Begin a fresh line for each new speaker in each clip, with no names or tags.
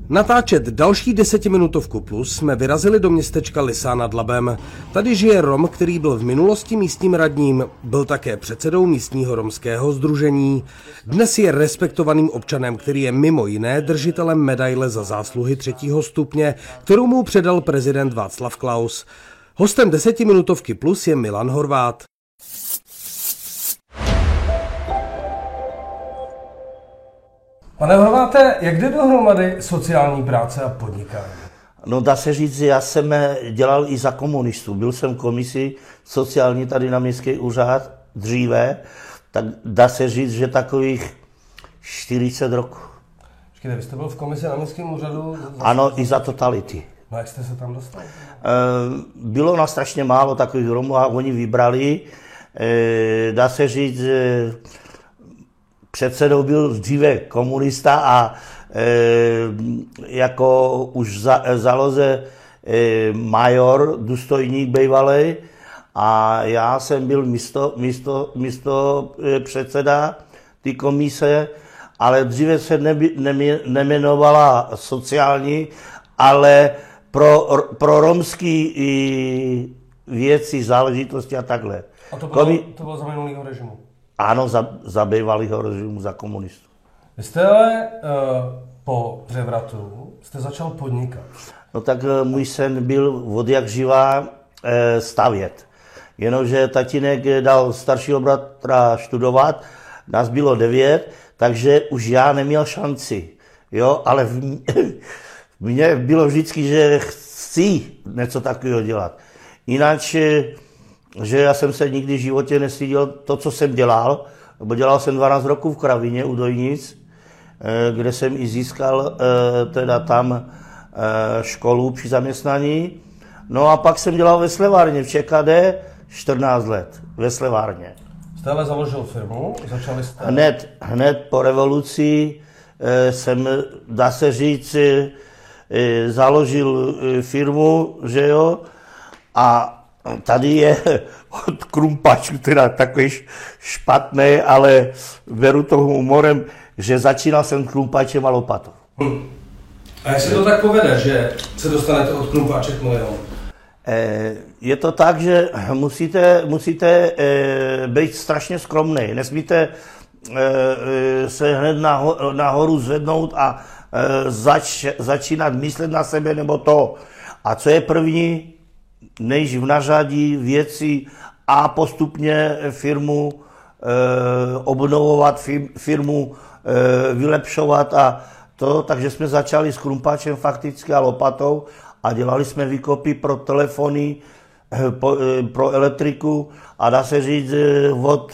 Natáčet další 10minutovku plus jsme vyrazili do městečka Lysá nad Labem. Tady žije Rom, který byl v minulosti místním radním, byl také předsedou místního romského sdružení. Dnes je respektovaným občanem, který je mimo jiné držitelem medaile za zásluhy 3. stupně, kterou mu předal prezident Václav Klaus. Hostem 10minutovky plus je Milan Horvát. Pane Horváte, jak jde dohromady sociální práce a podnikání?
No dá se říct, já jsem dělal i za komunistů. Byl jsem v komisi sociální tady na městský úřad dříve, tak dá se říct, že takových 40 roků.
Počkejte, vy jste byl v komisi na městském úřadu?
Ano, i za totality.
No jak jste se tam dostal?
Bylo nás strašně málo takových Romů a oni vybrali. Dá se říct, předsedou byl dříve komunista a jako už záloze major, důstojník bývalý, a já jsem byl místo předseda té komise, ale dříve se nejmenovala sociální, ale pro romský věci, záležitosti a takhle.
A to bylo za minulého režimu?
Ano, za bývalého režimu, za komunistů.
Vy jste ale po převratu začal podnikat.
No tak můj sen byl od jak živá stavět. Jenomže tatínek dal staršího bratra studovat, nás bylo 9, takže už já neměl šanci. Jo, ale v mně bylo vždycky, že chci něco takového dělat. Jinak, že já jsem se nikdy v životě nestyděl to, co jsem dělal, nebo dělal jsem 12 roků v Kravině u Dojnic, kde jsem i získal teda tam školu při zaměstnání. No a pak jsem dělal ve slevárně v ČKD 14 let, ve slevárně.
Jste ale založil firmu? Začali jste?
Hned po revoluci jsem, dá se říct, založil firmu, že jo, a tady je od krumpačů teda takový špatný, ale beru to humorem, že začínal jsem krumpačem a lopatou.
A jak se to tak povede, že se dostanete od krumpáče k milionu?
Je to tak, že musíte být strašně skromný. Nesmíte se hned nahoru zvednout a začínat myslet na sebe nebo to. A co je první? Než v nařadí věci a postupně firmu obnovovat, firmu vylepšovat a to. Takže jsme začali s krumpáčem fakticky a lopatou a dělali jsme výkopy pro telefony, pro elektriku a dá se říct, od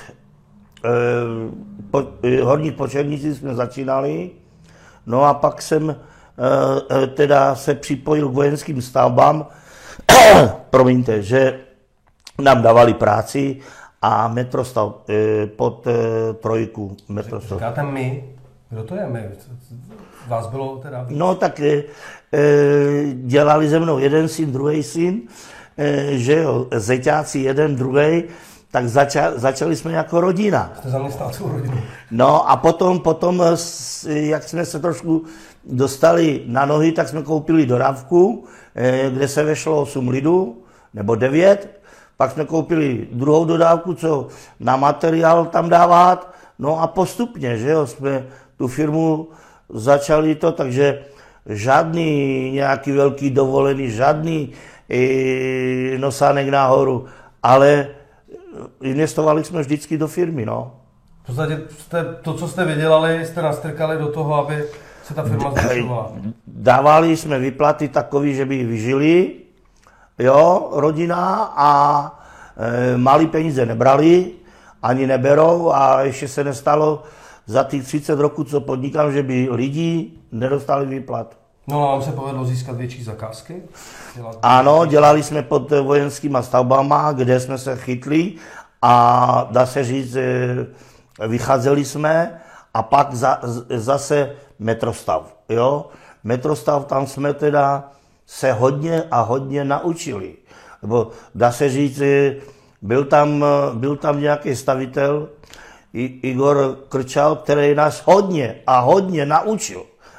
Horních Počernicí jsme začínali. No a pak jsem teda se připojil k vojenským stavbám, promiňte, že nám dávali práci a metrostav pod trojku. Metrostav.
Říkáte my? Kdo to je my? Vás bylo teda víc?
No tak dělali ze mnou jeden syn, druhý syn, že jo, zeťáci jeden, druhý, tak začali jsme jako rodina.
Jste zaměstnal celou rodinu.
No a potom, jak jsme se trošku dostali na nohy, tak jsme koupili dodávku, kde se vešlo 8 lidů, nebo 9. Pak jsme koupili druhou dodávku, co na materiál tam dávat. No a postupně, že jo, jsme tu firmu začali to, takže žádný nějaký velký dovolený, žádný nosánek nahoru, ale investovali jsme vždycky do firmy, no.
V podstatě to, co jste vydělali, jste nastrkali do toho, aby se ta firma zvyšovala.
Dávali jsme výplaty takový, že by vyžili, jo, rodina, a malý peníze nebrali, ani neberou, a ještě se nestalo za těch 30 roků, co podnikám, že by lidi nedostali výplat.
No a vám se povedlo získat větší zakázky?
Ano, dělali jsme pod vojenskýma stavbama, kde jsme se chytli a dá se říct, vycházeli jsme a pak zase metrostav, jo. Metrostav, tam jsme teda se hodně a hodně naučili. Nebo dá se říct, byl tam nějaký stavitel, Igor Krčal, který nás hodně a hodně naučil.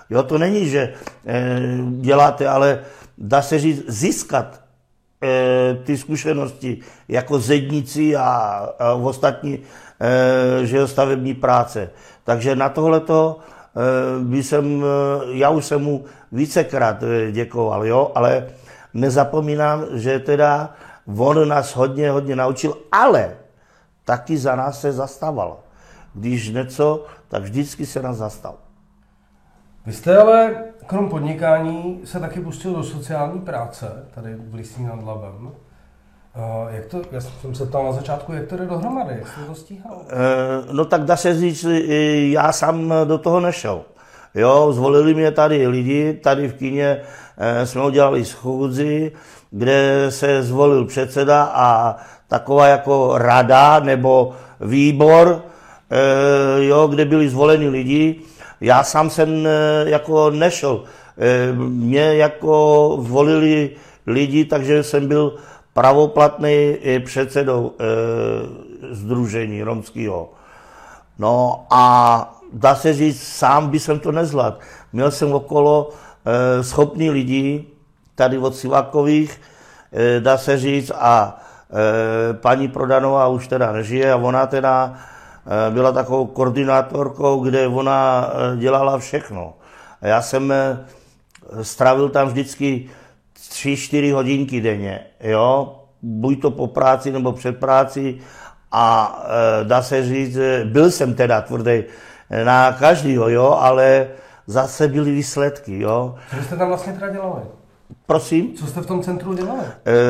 Jo, to není, že děláte, ale dá se říct získat ty zkušenosti jako zedníci a ostatní že stavební práce. Takže na tohleto já už jsem mu vícekrát děkoval, jo, ale nezapomínám, že teda on nás hodně naučil, ale taky za nás se zastával. Když něco, tak vždycky se nás zastal.
Vy jste ale krom podnikání se taky pustil do sociální práce, tady v Lysíně nad Labem. Já jsem se ptal na začátku, jak to jde dohromady, jak jste to stíhal?
No tak dá se říct, já sám do toho nešel. Jo, zvolili mě tady lidi, tady v Kyně jsme udělali schůzi, kde se zvolil předseda a taková jako rada nebo výbor, jo, kde byli zvoleni lidi. Já sám jsem jako nešel. Mě jako zvolili lidi, takže jsem byl pravoplatný předsedou sdružení romského. No a dá se říct, sám by jsem to nezvládl. Měl jsem okolo schopný lidi, tady od Sivákových, dá se říct, a paní Prodanová už teda nežije a ona teda byla takovou koordinátorkou, kde ona dělala všechno. A já jsem strávil tam vždycky 3-4 hodinky denně, jo, buď to po práci nebo před práci a dá se říct, byl jsem teda tvrdý na každýho, jo, ale zase byly výsledky, jo.
Co jste tam vlastně teda dělali?
Prosím?
Co jste v tom centru dělali?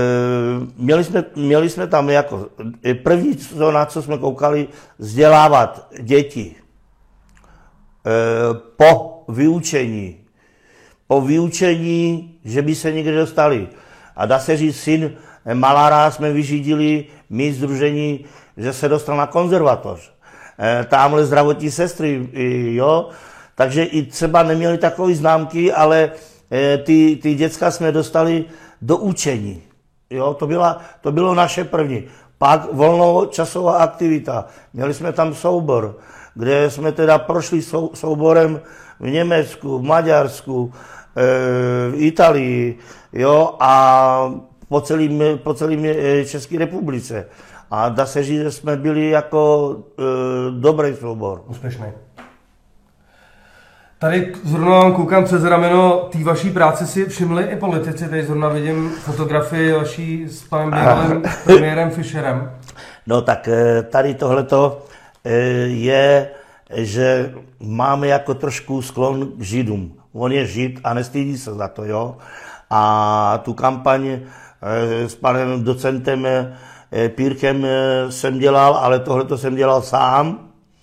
Měli jsme tam jako první, na co jsme koukali, vzdělávat děti po vyučení, že by se někde dostali. A dá se říct, syn malára jsme vyřídili, my sdružení, že se dostal na konzervatoř. Tamhle zdravotní sestry, jo. Takže i třeba neměli takové známky, ale ty děcka jsme dostali do učení. Jo, to bylo naše první. Pak volnočasová aktivita. Měli jsme tam soubor, kde jsme teda prošli souborem v Německu, v Maďarsku, v Itálii, jo, a po celém České republice. A dá se říct, že jsme byli jako dobrý soubor.
Úspěšný. Tady zrovna koukám přes rameno, té vaší práce si všimli i politici, tady zrovna vidím fotografii vaší s panem bývalým premiérem Fischerem.
No tak tady tohleto je, že máme jako trošku sklon k Židům. On je Žid a nestydí se za to, jo. A tu kampaň s panem docentem Pírkem jsem dělal, ale tohleto jsem dělal sám.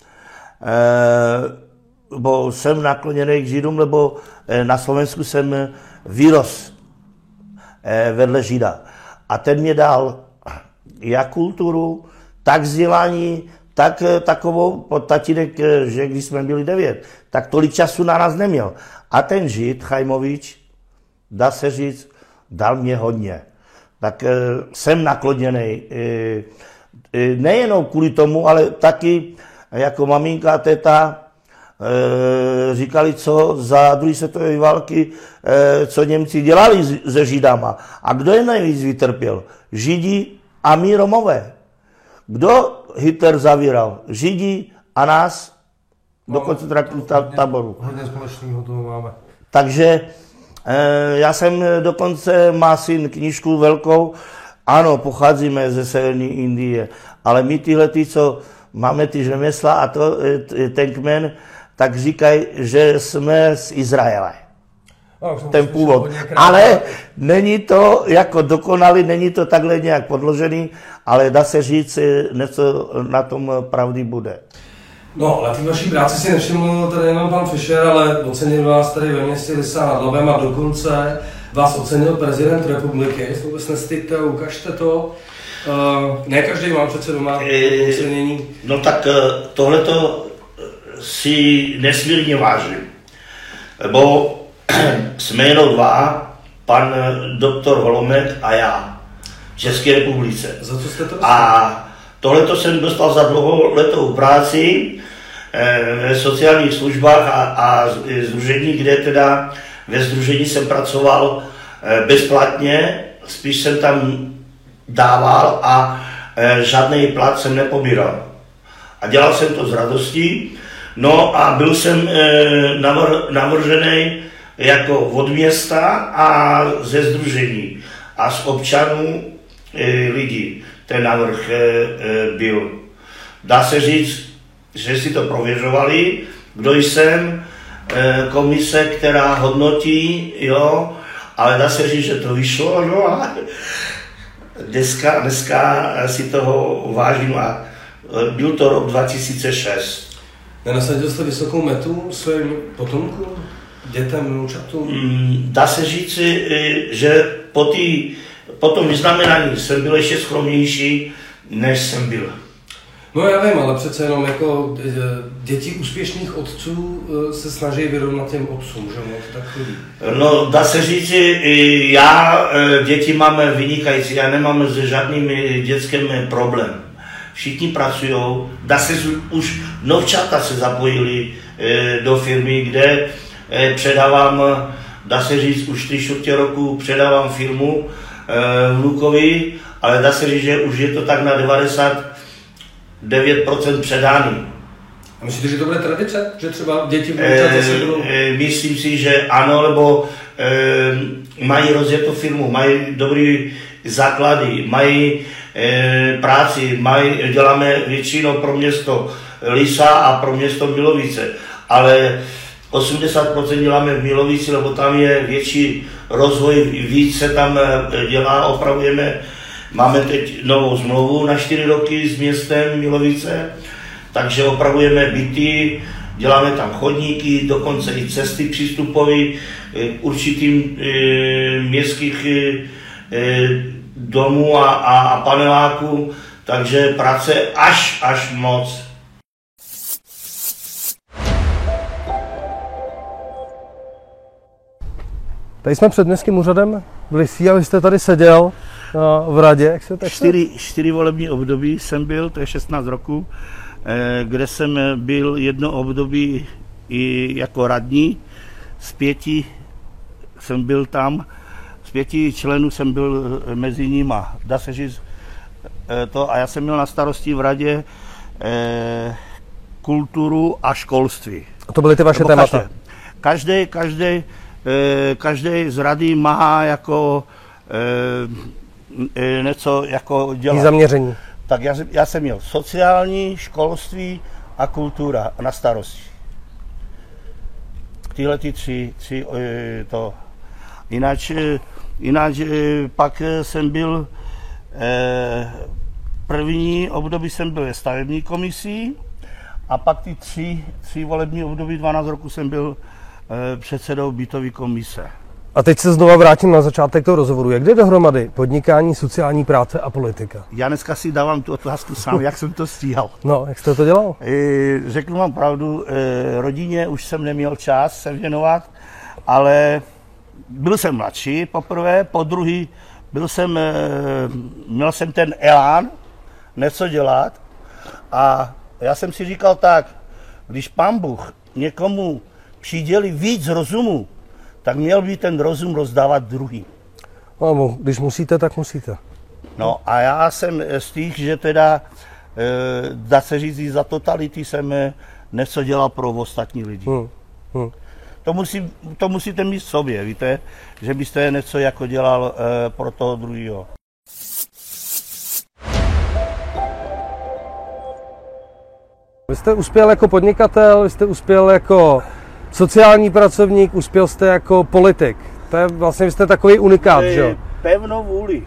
Bo jsem nakloněný k Židům, lebo na Slovensku jsem vyrostl vedle Žida. A ten mě dal jak kulturu, tak vzdělání, tak takovou tatínek, že když jsme byli 9, tak tolik času na nás neměl. A ten Žid, Chajmovič, dá se říct, dal mě hodně. Tak jsem nakloněný. Nejenom kvůli tomu, ale taky jako maminka a teta říkali, co za druhé světové války, co Němci dělali se Židama. A kdo je nejvíc vytrpěl? Židi a my Romové. Kdo Hitler zavíral? Židi a nás do koncentračního táboru.
Hodně společného toho máme.
Takže já jsem dokonce, má syn knížku velkou, ano, pocházíme ze severní Indie, ale my tyhle, co máme ty řemesla a ten kmen, tak říkají, že jsme z Izraele. Ten původ. Ale není to jako dokonalý, není to takhle nějak podložený, ale dá se říct, něco na tom pravdy bude.
No, ale ty vaší práci si nevšiml tady jenom pan Fischer, ale ocenil vás tady ve městě Lysá nad Labem a dokonce vás ocenil prezident republiky. Jestli vůbec nestydte, ukažte to. Ne každý má přece doma ocenění.
No tak tohleto si nesmírně vážím. Lebo jsme jenom dva, pan doktor Holomek a já, v České republice.
Za co jste to dostal?
A tohleto jsem dostal za dlouholetou práci, v sociálních službách a sdružení, kde teda ve sdružení jsem pracoval bezplatně, spíš jsem tam dával a žádný plat jsem nepobíral. A dělal jsem to s radostí, no a byl jsem navržený jako od města a ze sdružení a z občanů lidí ten návrh byl. Dá se říct, že si to prověřovali, kdo jsem, komise, která hodnotí, jo, ale dá se říct, že to vyšlo, no a dneska si toho vážím a byl to rok 2006.
Nenasadil jste vysokou metu svým potomkům, dětem, vnoučatům?
Dá se říct, že po tom vyznamenání jsem byl ještě skromnější, než jsem byl.
No já vím, ale přece jenom jako děti úspěšných otců se snaží vyrovnat těm otcům, že no, to tak chodí.
No dá se říct, děti máme vynikající, já nemám s žádným dětským problém. Všichni pracují, už novčata se zapojili do firmy, kde předávám, dá se říct, už 3/4 roku předávám firmu vnukovi, ale dá se říct, že už je to tak na 99% předáný.
A myslíte, že to bude tradice? Že třeba děti vnoučat zase budou?
Myslím si, že ano, lebo mají rozjetou firmu, mají dobrý základy, mají práci, děláme většinou pro město Lisa a pro město Milovice, ale 80% děláme v Milovici, lebo tam je větší rozvoj, víc se tam dělá, opravujeme. Máme teď novou smlouvu na 4 roky s městem Milovice, takže opravujeme byty, děláme tam chodníky, dokonce i cesty přístupové k určitým městských domů a paneláků, takže práce až moc.
Tady jsme před městským úřadem v Lisí a vy jste tady seděl v radě. Jak se tak
4 volební období jsem byl, to je 16 roků, kde jsem byl jedno období i jako radní, z 5 jsem byl tam, z 5 členů jsem byl mezi nima, dá se říct to, a já jsem měl na starosti v radě kulturu a školství.
A to byly ty vaše témata?
Každý z rady má jako něco jako dělat.
Zaměření.
Tak já jsem měl sociální, školství a kultura na starosti. Tyhle ty tři to. Jinak pak jsem byl první období jsem byl ve stavební komisí a pak ty tři volební období 12 roku jsem byl předsedou bytové komise.
A teď se znova vrátím na začátek toho rozhovoru. Jak jde dohromady podnikání, sociální práce a politika?
Já dneska si dávám tu otázku sám, jak jsem to stíhal.
No, jak jste to dělal?
Řeknu vám pravdu, rodině už jsem neměl čas se věnovat, ale byl jsem mladší poprvé, po druhý měl jsem ten elán něco dělat a já jsem si říkal tak, když Pán Bůh někomu přidělí víc rozumu, tak měl by ten rozum rozdávat druhým.
No, když musíte, tak musíte.
No a já jsem z těch, že teda, dá se říct, za totality jsem něco dělal pro ostatní lidi. To musíte mít v sobě, víte, že byste něco jako dělal pro toho druhého.
Vy jste uspěl jako podnikatel, vy jste uspěl jako sociální pracovník, uspěl jste jako politik. To je vlastně, vy jste takový unikát, že jo?
Pevnou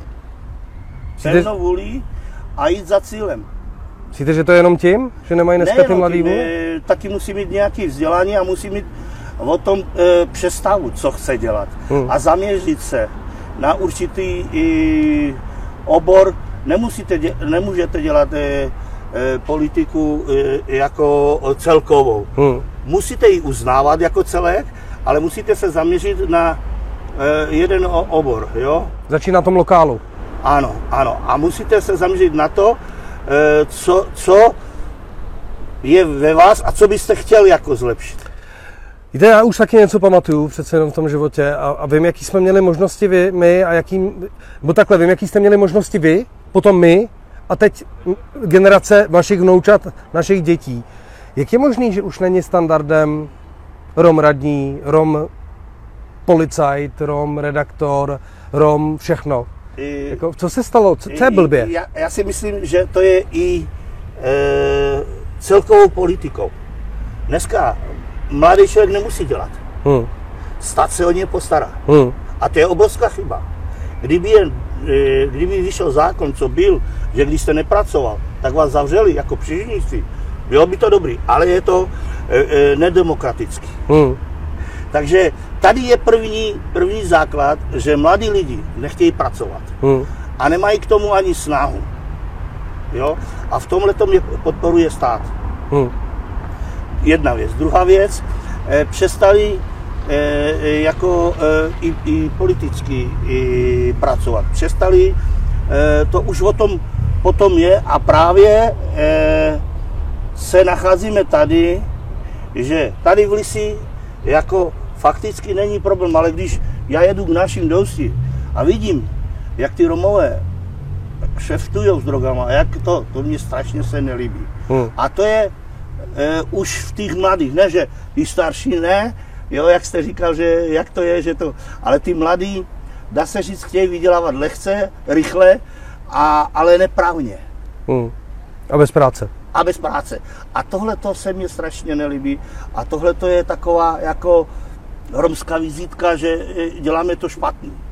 vůli a jít za cílem.
Myslíte, že to je jenom tím, že nemají dneska ty mladý vůli?
Taky musí mít nějaké vzdělání a musí mít o tom představu, co chce dělat. A zaměřit se na určitý obor. Nemůžete dělat politiku jako celkovou. Musíte ji uznávat jako celek, ale musíte se zaměřit na jeden obor. Jo?
Začít na tom lokálu.
Ano. A musíte se zaměřit na to, co je ve vás a co byste chtěl jako zlepšit?
Víte, já už taky něco pamatuju přece jenom v tom životě a vím, jaký jsme měli možnosti my a vím, jaký jste měli možnosti vy, potom my a teď generace vašich vnoučat, našich dětí. Jak je možný, že už není standardem Rom radní, Rom policajt, Rom redaktor, Rom všechno? Jako, co se stalo? Co je blbě?
Já si myslím, že to je i celkovou politikou. Dneska mladý člověk nemusí dělat. Stát se o ně postará. A to je obrovská chyba. Kdyby vyšel zákon, co byl, že když jste nepracoval, tak vás zavřeli jako příživníci, bylo by to dobrý, ale je to nedemokratický. Takže tady je první základ, že mladí lidi nechtějí pracovat a nemají k tomu ani snahu. Jo? A v tomhleto mě podporuje stát. Jedna věc. Druhá věc, přestali i politicky pracovat. Přestali, to už o tom potom je a právě se nacházíme tady, že tady v Lisi jako fakticky není problém, ale když já jedu k našim dosti a vidím, jak ty Romové šeftujou s drogama, jak to mě strašně se nelíbí. A to je už v těch mladých, ne, že ty starší ne, jo, jak jste říkal, že jak to je, že to, ale ty mladí, dá se říct, chtějí vydělávat lehce, rychle, ale neprávně.
A bez práce.
A bez práce. A tohle to se mně strašně nelíbí. A tohle to je taková jako romská vizitka, že děláme to špatný.